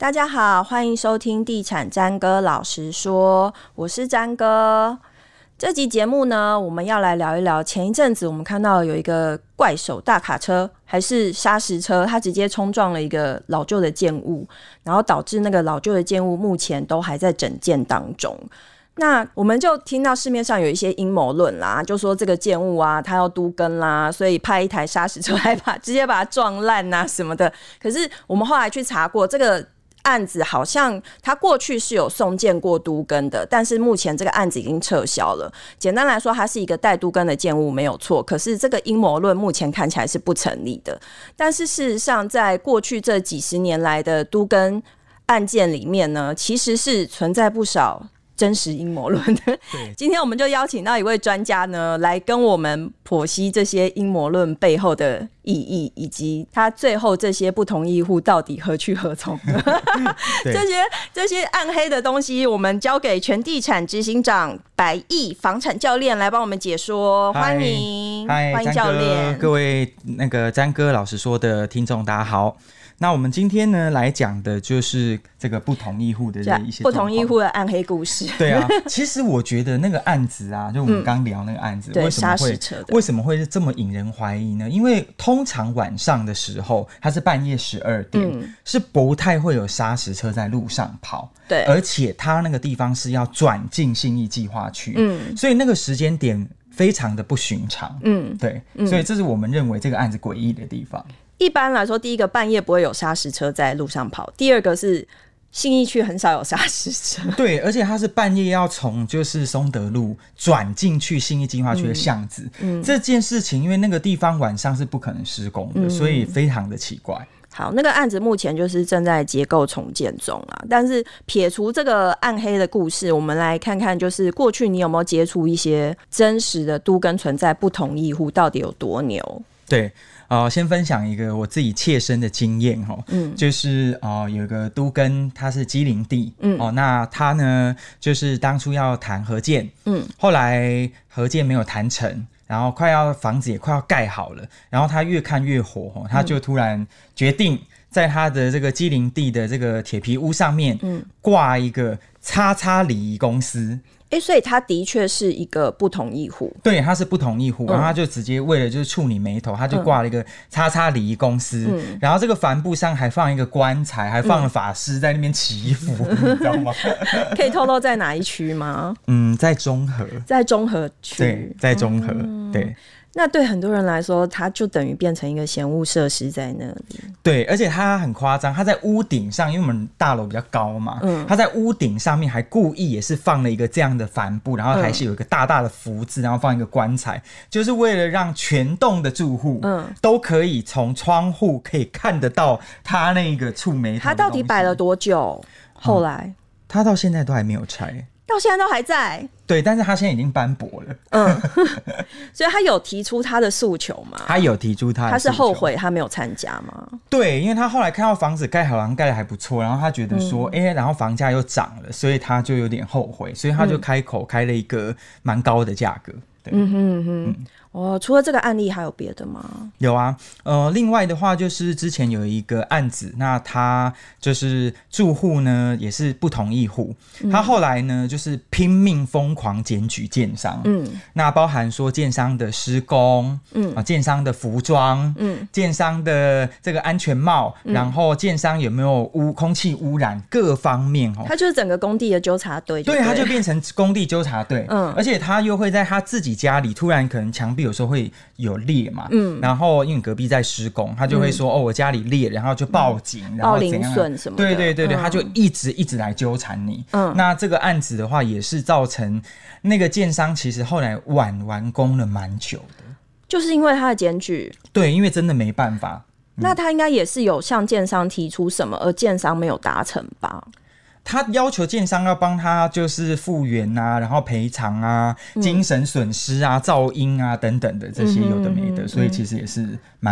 大家好，欢迎收听地产詹哥老实说，我是詹哥。这集节目呢，我们要来聊一聊前一阵子我们看到有一个怪手大卡车还是砂石车，它直接冲撞了一个老旧的建物，然后导致那个老旧的建物目前都还在整建当中。那我们就听到市面上有一些阴谋论啦，就说这个建物啊它要都更啦，所以派一台砂石车来直接把它撞烂啊什么的。可是我们后来去查过，这个案子好像他过去是有送件过都更的，但是目前这个案子已经撤销了。简单来说，它是一个待都更的建物没有错，可是这个阴谋论目前看起来是不成立的。但是事实上，在过去这几十年来的都更案件里面呢，其实是存在不少真实阴谋论的。今天我们就邀请到一位专家呢，来跟我们剖析这些阴谋论背后的意义，以及他最后这些不同意户到底何去何从这些暗黑的东西，我们交给全地产执行长百亿房产教练来帮我们解说。欢迎教练。 各位那个詹哥老实说的听众大家好。那我们今天呢来讲的就是这个不同意户的一些不同意户的暗黑故事。 对啊，其实我觉得那个案子啊，就我们刚聊那个案子，为什么会这么引人怀疑呢？因为通常晚上的时候，它是半夜12点，是不太会有砂石车在路上跑。对，而且它那个地方是要转进信义计划区，所以那个时间点非常的不寻常。对，所以这是我们认为这个案子诡异的地方。 一般来说，第一个半夜不会有砂石车在路上跑，第二个是信义区很少有砂石车。对， 而且它是半夜要从就是松德路转进去信义计划区的巷子，这件事情因为那个地方晚上是不可能施工的，所以非常的奇怪。 好，那个案子目前就是正在结构重建中啊。但是撇除这个暗黑的故事，我们来看看，就是过去你有没有接触一些真实的都更存在不同意户到底有多牛？ 对。先分享一个我自己切身的经验就是有一个都更，它是基林地，那他呢就是当初要谈合建，后来合建没有谈成，然后房子也快要盖好了，然后他越看越火，他就突然决定在他的这个基林地的这个铁皮屋上面挂一个叉叉礼仪公司。 所以他的确是一个不同意户。 对，他是不同意户，然后他就直接为了就是触你眉头，他就挂了一个叉叉礼仪公司，然后这个帆布上还放一个棺材，还放了法师在那边祈福，你知道吗？ 可以透露在哪一区吗？ 在中和。 在中和区。 对，在中和。对。 那对很多人来说，它就等于变成一个嫌恶设施在那里。 对，而且它很夸张，它在屋顶上，因为我们大楼比较高嘛，它在屋顶上面还故意也是放了一个这样的帆布，然后还是有一个大大的福字，然后放一个棺材，就是为了让全栋的住户都可以从窗户可以看得到它那个触眉头的东西。它到底摆了多久？后来它到现在都还没有拆。 到现在都还在。 对，但是他现在已经斑驳了。 所以他有提出他的诉求吗？ 他有提出他的诉求。 他是后悔他没有参加吗？ 对，因为他后来看到房子盖好像盖得还不错，然后他觉得说然后房价又涨了，所以他就有点后悔，所以他就开了一个蛮高的价格。对。 除了这个案例还有别的吗？ 有啊，另外的话就是之前有一个案子，那他就是住户呢也是不同意户，他后来呢就是拼命疯狂检举建商，那包含说建商的施工，建商的服装，建商的这个安全帽，然后建商有没有空气污染各方面， 他就是整个工地的纠察队。 对，他就变成工地纠察队，而且他又会在他自己家里突然可能墙壁有时候会有裂嘛，然后因为隔壁在施工，他就会说我家里裂，然后就报警，然后怎样报零损什么的。对，他就一直来纠缠你。那这个案子的话，也是造成那个建商其实后来完工了蛮久的， 就是因为他的检举。 对，因为真的没办法。 那他应该也是有向建商提出什么，而建商没有达成吧？ 他要求建商要帮他就是复原啊，然后赔偿啊，精神损失啊，噪音啊等等的这些有的没的，所以其实也是蛮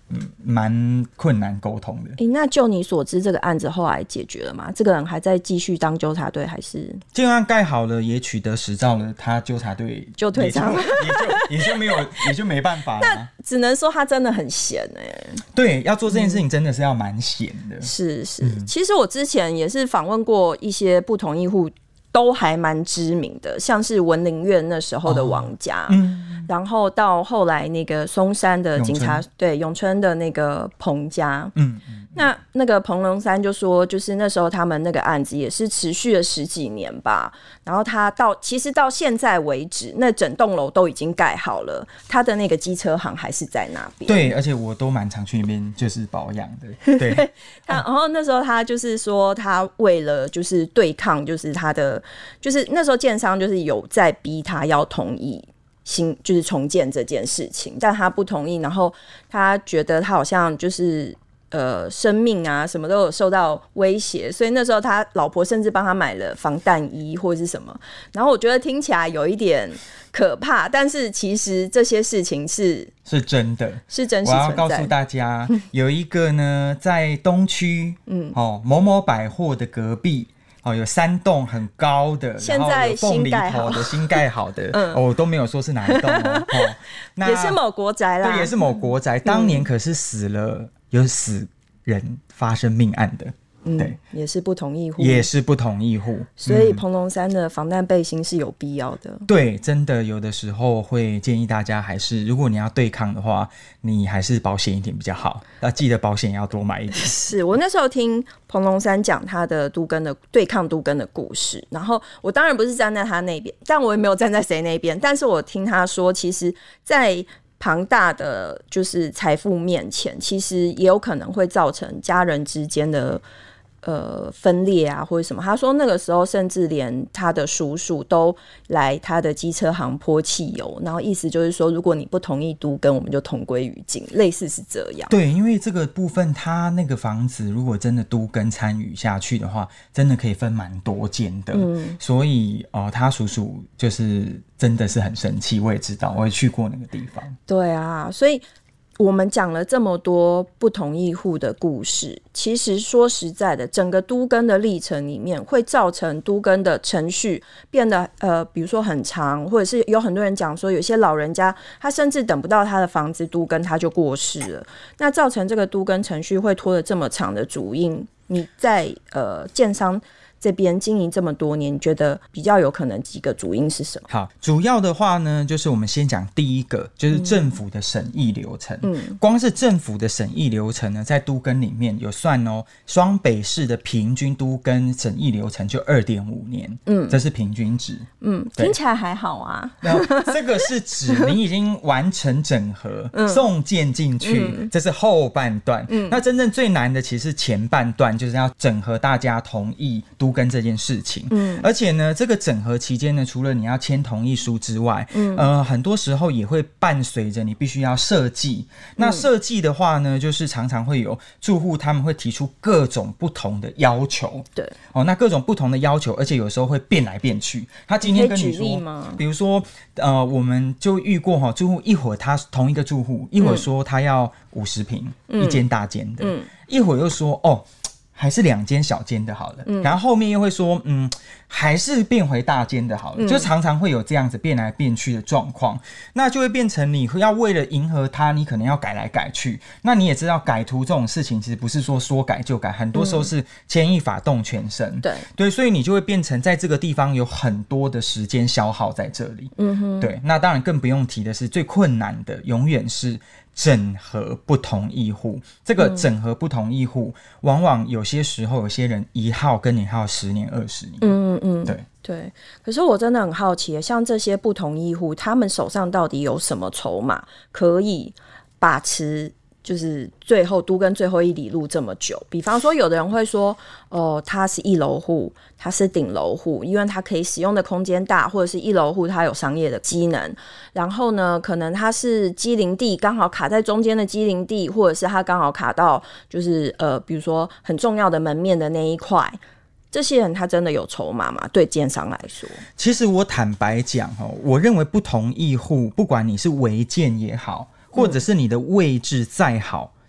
蛮困难沟通的。 那就你所知，这个案子后来解决了吗？这个人还在继续当纠察队，还是建案盖好了，也取得实照了，他纠察队就退场了， 也就没办法了。 那只能说他真的很闲对，要做这件事情真的是要蛮闲的。 是，其实我之前也是访问过一些不同意户，都还蛮知名的，像是文林院那时候的王家，然后到后来那个松山的警察对永春的那个彭家，那个彭龙山就说，就是那时候他们那个案子也是持续了10几年吧，然后他其实到现在为止，那整栋楼都已经盖好了，他的那个机车行还是在那边。 对，而且我都蛮常去那边就是保养的。对， 然后那时候他就是说，他为了就是对抗，就是他的就是那时候建商就是有在逼他要同意就是重建这件事情，但他不同意，然后他觉得他好像就是生命啊什么都有受到威胁，所以那时候他老婆甚至帮他买了防弹衣或者是什么，然后我觉得听起来有一点可怕，但是其实这些事情是真的， 是真实存在。 我要告诉大家，有一个呢在东区某某百货的隔壁有3栋很高的， 现在凤梨头的新盖好的，我都没有说是哪一栋那也是某国宅啦， 对，也是某国宅，当年可是有死人发生命案的。对， 也是不同意户，所以彭龙山的防弹背心是有必要的。 对，真的有的时候会建议大家，还是如果你要对抗的话，你还是保险一点比较好。要记得保险要多买一点。 是我那时候听彭龙山讲他的对抗都更的故事，然后我当然不是站在他那边，但我也没有站在谁那边，但是我听他说，其实，在庞大的就是财富面前，其实也有可能会造成家人之间的分裂啊，或者什么。他说那个时候甚至连他的叔叔都来他的机车行泼汽油，然后意思就是说，如果你不同意都更，我们就同归于尽，类似是这样。 对，因为这个部分，他那个房子如果真的都更参与下去的话，真的可以分蛮多间的。所以他叔叔就是真的是很生气，我也知道，我也去过那个地方。 对啊，所以我们讲了这么多不同意户的故事，其实说实在的，整个都更的历程里面会造成都更的程序变得比如说很长，或者是有很多人讲说有些老人家他甚至等不到他的房子都更他就过世了，那造成这个都更程序会拖了这么长的主因，你在建商这边经营这么多年，你觉得比较有可能几个主因是什么？ 好，主要的话呢，就是我们先讲第一个，就是政府的审议流程。光是政府的审议流程呢，在都更里面有算双北市的平均都更审议流程就 2.5 年，这是平均值。 听起来还好啊。 这个是指你已经完成整合，送件进去，这是后半段。那真正最难的其实前半段，就是要整合大家同意都更这件事情。而且呢，这个整合期间呢，除了你要签同意书之外，很多时候也会伴随着你必须要设计。那设计的话呢，就是常常会有住户他们会提出各种不同的要求。 对， 那各种不同的要求，而且有时候会变来变去。他今天跟你说，比如说我们就遇过住户，一会儿他同一个住户，一会儿说他要50坪，一间大间的，一会儿又说还是2间小间的好了，然后后面又会说还是变回大间的好了，就常常会有这样子变来变去的状况，那就会变成你要为了迎合它，你可能要改来改去。那你也知道改图这种事情其实不是说改就改，很多时候是牵一发动全身。对，所以你就会变成在这个地方有很多的时间消耗在这里。对，那当然更不用提的是最困难的永远是整合不同意户。这个整合不同意户，往往有些时候有些人一耗跟你耗10年20年。 对。可是我真的很好奇，像这些不同意户，他们手上到底有什么筹码可以把持，就是最后都跟最后一里路这么久？比方说有的人会说他是1楼户，他是顶楼户，因为他可以使用的空间大，或者是1楼户他有商业的机能，然后呢可能他是机灵地刚好卡在中间的机灵地，或者是他刚好卡到就是比如说很重要的门面的那一块。这些人他真的有筹码吗？对建商来说， 其实我坦白讲我认为不同意户，不管你是违建也好，或者是你的位置再好，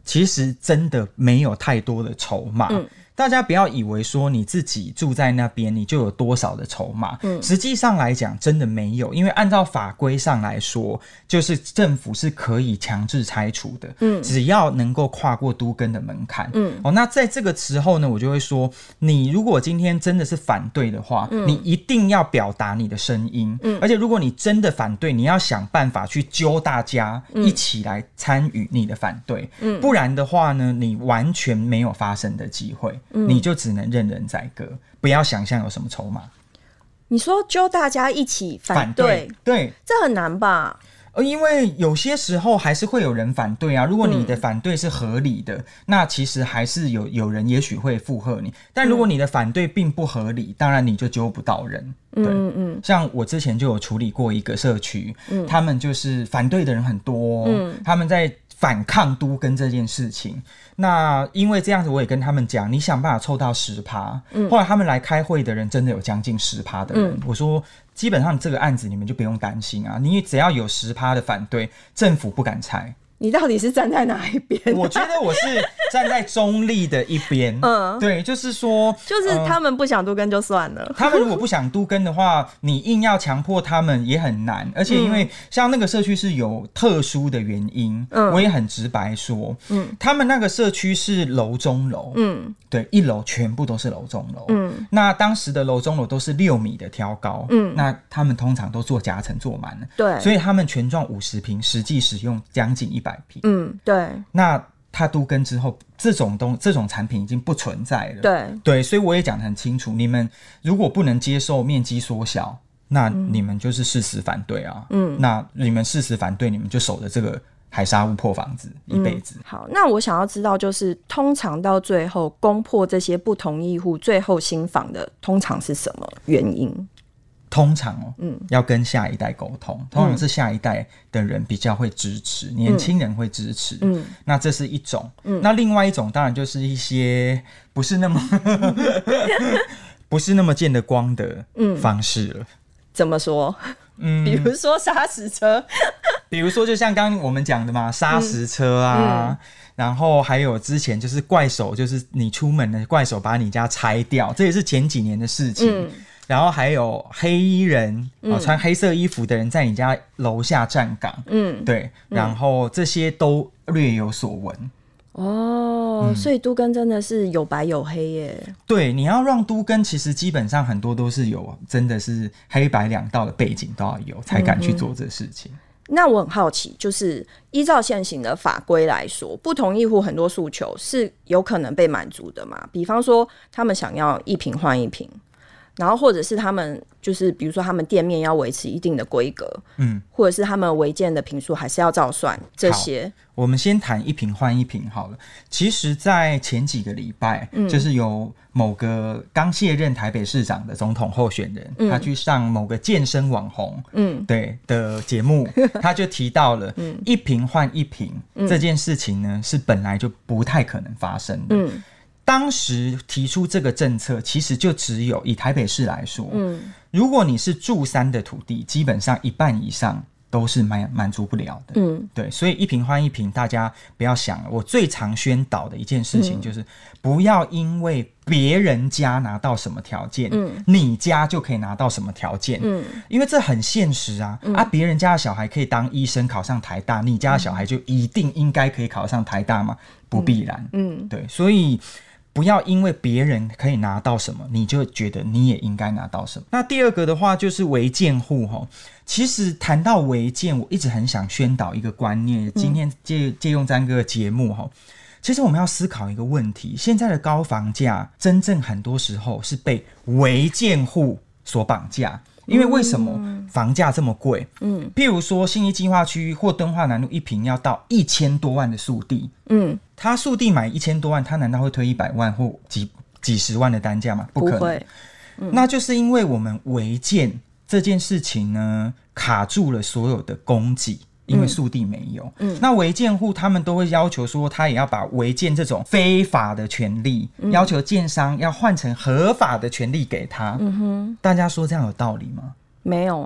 其实真的没有太多的筹码。大家不要以为说你自己住在那边你就有多少的筹码，实际上来讲真的没有，因为按照法规上来说，就是政府是可以强制拆除的，只要能够跨过都更的门槛。那在这个时候呢，我就会说，你如果今天真的是反对的话，你一定要表达你的声音，而且如果你真的反对，你要想办法去揪大家一起来参与你的反对，不然的话呢，你完全没有发声的机会。你就只能任人宰割，不要想象有什么筹码。 你说揪大家一起反对， 对， 这很难吧？ 因为有些时候还是会有人反对啊。如果你的反对是合理的，那其实还是有人也许会附和你。但如果你的反对并不合理，当然你就揪不到人。对，像我之前就有处理过一个社区，他们就是反对的人很多，他们在反抗都更这件事情。那因为这样子我也跟他们讲，你想办法凑到 10%，后来他们来开会的人真的有将近 10% 的人，我说基本上这个案子你们就不用担心啊，你只要有 10% 的反对，政府不敢拆。 你到底是站在哪一边？ 我觉得我是站在中立的一边。对，就是说， 就是他们不想都更就算了。 他们如果不想都更的话，你硬要强迫他们也很难。而且因为像那个社区是有特殊的原因，我也很直白说，他们那个社区是楼中楼，对，一楼全部都是楼中楼。那当时的楼中楼都是6米的挑高，那他们通常都做夹层做满了， 对， 所以他们全幢50坪，实际使用将近100坪。 对。 那他都更之后，这种产品已经不存在了。对，所以我也讲得很清楚，你们如果不能接受面积缩小，那你们就是誓死反对啊。那你们誓死反对，你们就守着这个海沙屋破房子一辈子。 好，那我想要知道，就是通常到最后攻破这些不同意户，最后新房的通常是什么原因？ 通常要跟下一代沟通，通常是下一代的人比较会支持，年轻人会支持，那这是一种。那另外一种当然就是一些不是那么不是那么见得光的方式了。 怎么说？比如说砂石车比如说就像刚刚我们讲的嘛，砂石车啊，然后还有之前就是怪手，就是你出门的怪手把你家拆掉，这也是前几年的事情。然后还有黑衣人，穿黑色衣服的人在你家楼下站岗，对，然后这些都略有所闻。 所以都更真的是有白有黑耶。 对，你要让都更，其实基本上很多都是有真的是黑白两道的背景都要有，才敢去做这事情。 那我很好奇，就是依照现行的法规来说，不同意户很多诉求是有可能被满足的嘛？比方说他们想要一坪换一坪，然后或者是他们就是比如说他们店面要维持一定的规格，或者是他们违建的坪数还是要照算这些。 我们先谈一坪换一坪好了。其实在前几个礼拜，就是有某个刚卸任台北市长的总统候选人，他去上某个健身网红对的节目，他就提到了一坪换一坪这件事情呢，是本来就不太可能发生的。当时提出这个政策，其实就只有以台北市来说，如果你是住3的土地，基本上一半以上都是满足不了的。对，所以一坪换一坪，大家不要想了。我最常宣导的一件事情就是，不要因为别人家拿到什么条件，你家就可以拿到什么条件。因为这很现实啊。别人家的小孩可以当医生考上台大，你家的小孩就一定应该可以考上台大吗？不必然。对，所以不要因为别人可以拿到什么，你就觉得你也应该拿到什么。那第二个的话就是违建户。其实谈到违建，我一直很想宣导一个观念，今天借用詹哥的节目，其实我们要思考一个问题，现在的高房价真正很多时候是被违建户所绑架。因为为什么房价这么贵？譬如说信义计划区或敦化南路一坪要到1000多万的素地，他素地买1000多万，他难道会推100万或几十万的单价吗？不可能。不会。那就是因为我们违建这件事情呢，卡住了所有的供给。因为素地没有，那违建户他们都会要求说，他也要把违建这种非法的权利，要求建商要换成合法的权利给他。大家说这样有道理吗？ 没有啊。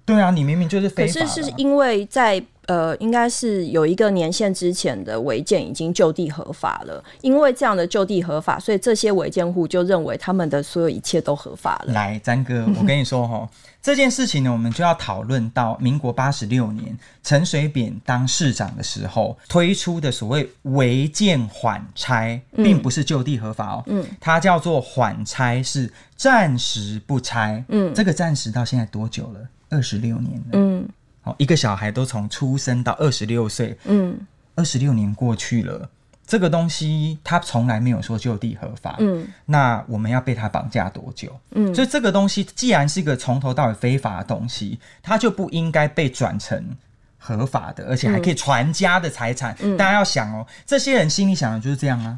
对啊，你明明就是非法的。 可是是因为在应该是有一个年限之前的违建已经就地合法了，因为这样的就地合法，所以这些违建户就认为他们的所有一切都合法了。 来，詹哥，我跟你说这件事情呢，我们就要讨论到民国86年陈水扁当市长的时候推出的所谓违建缓拆，并不是就地合法它叫做缓拆，是暂时不拆。这个暂时到现在多久了？26年了。一个小孩都从出生到26岁，26年过去了，这个东西他从来没有说就地合法，那我们要被他绑架多久？所以这个东西既然是一个从头到尾非法的东西，它就不应该被转成合法的，而且还可以传家的财产。大家要想这些人心里想的就是这样啊。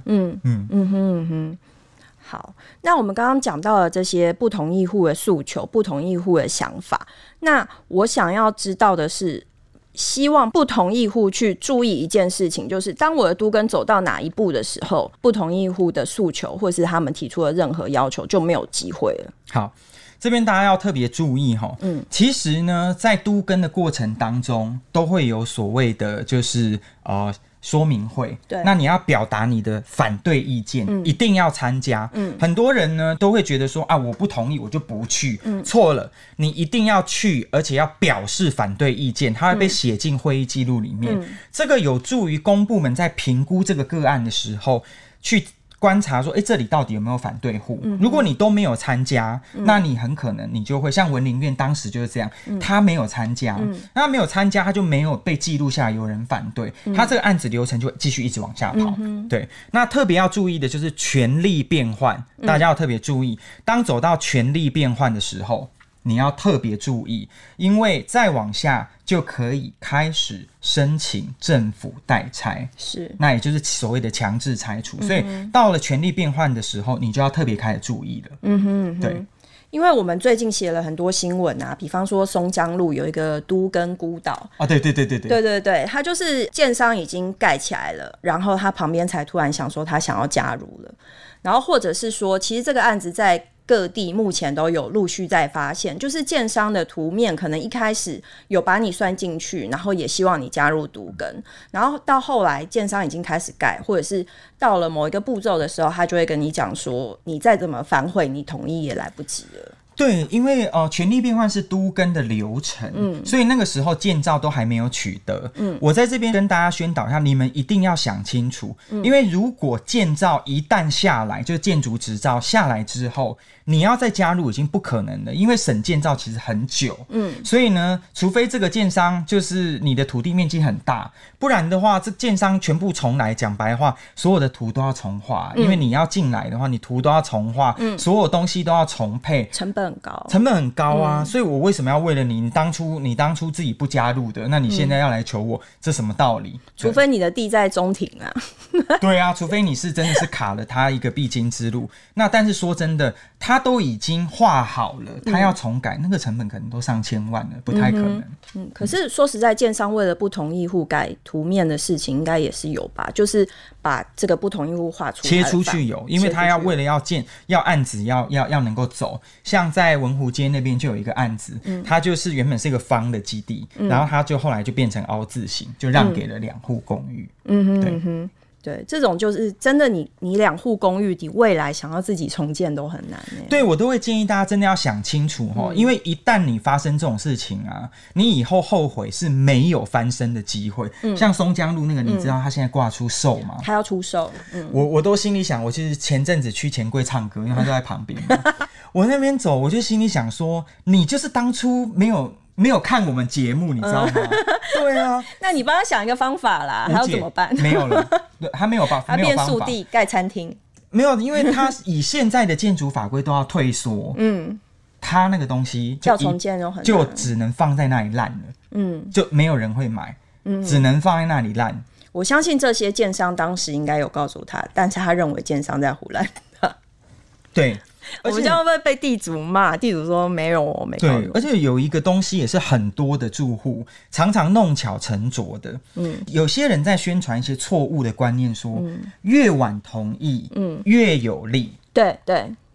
好，那我们刚刚讲到了这些不同意户的诉求、不同意户的想法，那我想要知道的是，希望不同意户去注意一件事情，就是当我的都更走到哪一步的时候，不同意户的诉求或是他们提出的任何要求就没有机会了。 好，这边大家要特别注意其实呢，在都更的过程当中，都会有所谓的就是说明会， 对， 那你要表达你的反对意见，一定要参加。很多人呢都会觉得说我不同意，我就不去。错了，你一定要去，而且要表示反对意见，它会被写进会议记录里面。这个有助于公部门在评估这个个案的时候去观察说这里到底有没有反对户。如果你都没有参加，那你很可能你就会像文林院当时就是这样，他没有参加，那他没有参加，他就没有被记录下来有人反对，他这个案子流程就会继续一直往下跑。对，那特别要注意的就是权力变换，大家要特别注意，当走到权力变换的时候，你要特别注意，因为再往下就可以开始申请政府代拆， 是， 那也就是所谓的强制拆除。所以到了权力变换的时候，你就要特别开始注意了。对， 因为我们最近写了很多新闻啊，比方说松江路有一个都更孤岛对，它就是建商已经盖起来了，然后他旁边才突然想说他想要加入了，然后或者是说其实这个案子在各地目前都有陆续在发现，就是建商的图面可能一开始有把你算进去，然后也希望你加入都更，然后到后来建商已经开始盖，或者是到了某一个步骤的时候，他就会跟你讲说你再怎么反悔，你同意也来不及了。 对，因为权力变换是都更的流程，所以那个时候建造都还没有取得。我在这边跟大家宣导一下，你们一定要想清楚，因为如果建造一旦下来，就是建筑执照下来之后，你要再加入已经不可能了，因为审建造其实很久。所以呢，除非这个建商就是你的土地面积很大，不然的话，这建商全部重来，讲白话，所有的图都要重画，因为你要进来的话，你图都要重画，所有东西都要重配， 成本很高啊。所以我为什么要为了你当初自己不加入的，那你现在要来求我，这什么道理？ 除非你的地在中庭啊。 对啊，除非你是真的是卡了他一个必经之路。那但是说真的，他都已经画好了，他要重改，那个成本可能都上千万了，不太可能。 可是说实在，建商为了不同意户改图面的事情，应该也是有吧？就是把这个不同意户画出来切出去有，因为他要为了要案子要能够走，像在文湖街那边就有一个案子，它就是原本是一个方的基地，然后它就后来就变成凹字形，就让给了2户公寓。 对，这种就是真的你2户公寓，你未来想要自己重建都很难。 对，我都会建议大家真的要想清楚因为一旦你发生这种事情啊，你以后后悔是没有翻身的机会。像松江路那个，你知道他现在挂出售吗？他要出售。 我都心里想，我其实前阵子去钱柜唱歌，因为他就在旁边我那边走，我就心里想说，你就是当初没有看我们节目，你知道吗？对啊， 那你帮他想一个方法啦，还要怎么办？ 没有了，他没有办法，他变速地盖餐厅， 没有，因为他以现在的建筑法规都要退缩，他那个东西要重建就只能放在那里烂了，就没有人会买，只能放在那里烂。 我相信这些建商当时应该有告诉他，但是他认为建商在胡乱。 对。 我们这样会不会被地主骂？地主说没有，我没告诉。 对，而且有一个东西也是很多的住户常常弄巧成拙的。有些人在宣传一些错误的观念说，越晚同意，越有利。 对，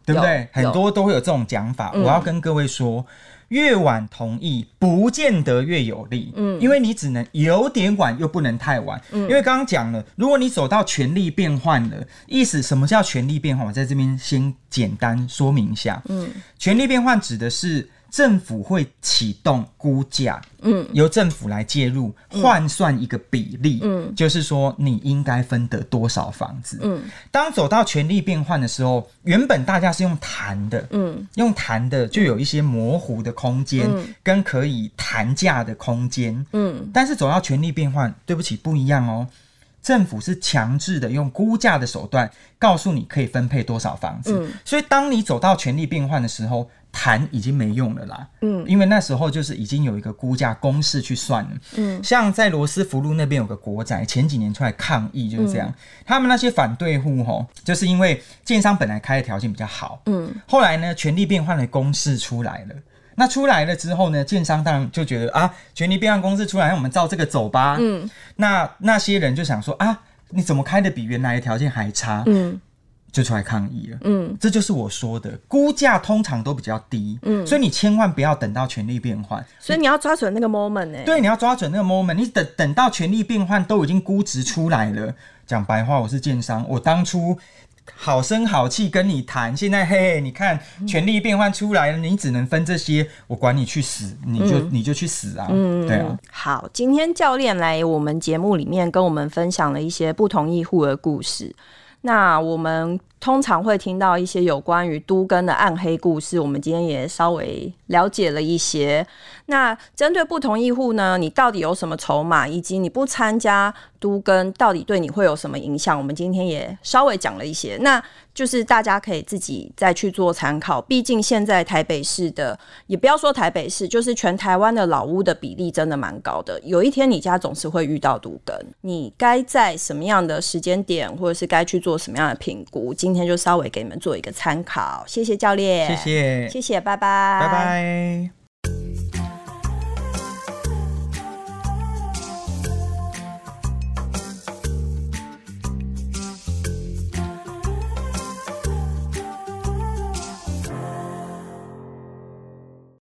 对不对？很多都会有这种讲法。我要跟各位说，越晚同意不见得越有利，因为你只能有点晚又不能太晚，因为刚刚讲了，如果你走到权力变换了，意思什么叫权力变换？我在这边先简单说明一下，权力变换指的是政府会启动估价，由政府来介入换算一个比例，就是说你应该分得多少房子。当走到权力变换的时候，原本大家是用谈的，用谈的就有一些模糊的空间，跟可以谈价的空间，但是走到权力变换，对不起，不一样哦。政府是强制的用估价的手段告诉你可以分配多少房子，所以当你走到权力变换的时候，谈已经没用了啦，因为那时候就是已经有一个估价公式去算了，像在罗斯福路那边有个国宅，前几年出来抗议就是这样，他们那些反对户就是因为建商本来开的条件比较好，后来呢权力变换的公式出来了，那出来了之后呢，建商当然就觉得啊，权力变换公式出来，那我们照这个走吧，那些人就想说啊，你怎么开的比原来的条件还差，就出来抗议了。这就是我说的，估价通常都比较低，所以你千万不要等到权力变换。 所以你要抓准那个 moment 对，你要抓准那个 moment。你等到权力变换都已经估值出来了。讲白话，我是建商，我当初好声好气跟你谈，现在嘿，你看权力变换出来了，你只能分这些，我管你去死，你就去死啊！对啊。 好，今天教练来我们节目里面跟我们分享了一些不同意户的故事。那我们通常会听到一些有关于都更的暗黑故事，我们今天也稍微了解了一些。那针对不同意户呢，你到底有什么筹码，以及你不参加都更到底对你会有什么影响，我们今天也稍微讲了一些，那就是大家可以自己再去做参考。毕竟现在台北市的，也不要说台北市，就是全台湾的老屋的比例真的蛮高的，有一天你家总是会遇到都更，你该在什么样的时间点，或者是该去做什么样的评估，今天就稍微给你们做一个参考。谢谢教练， 谢谢， 谢谢，拜拜， 拜拜。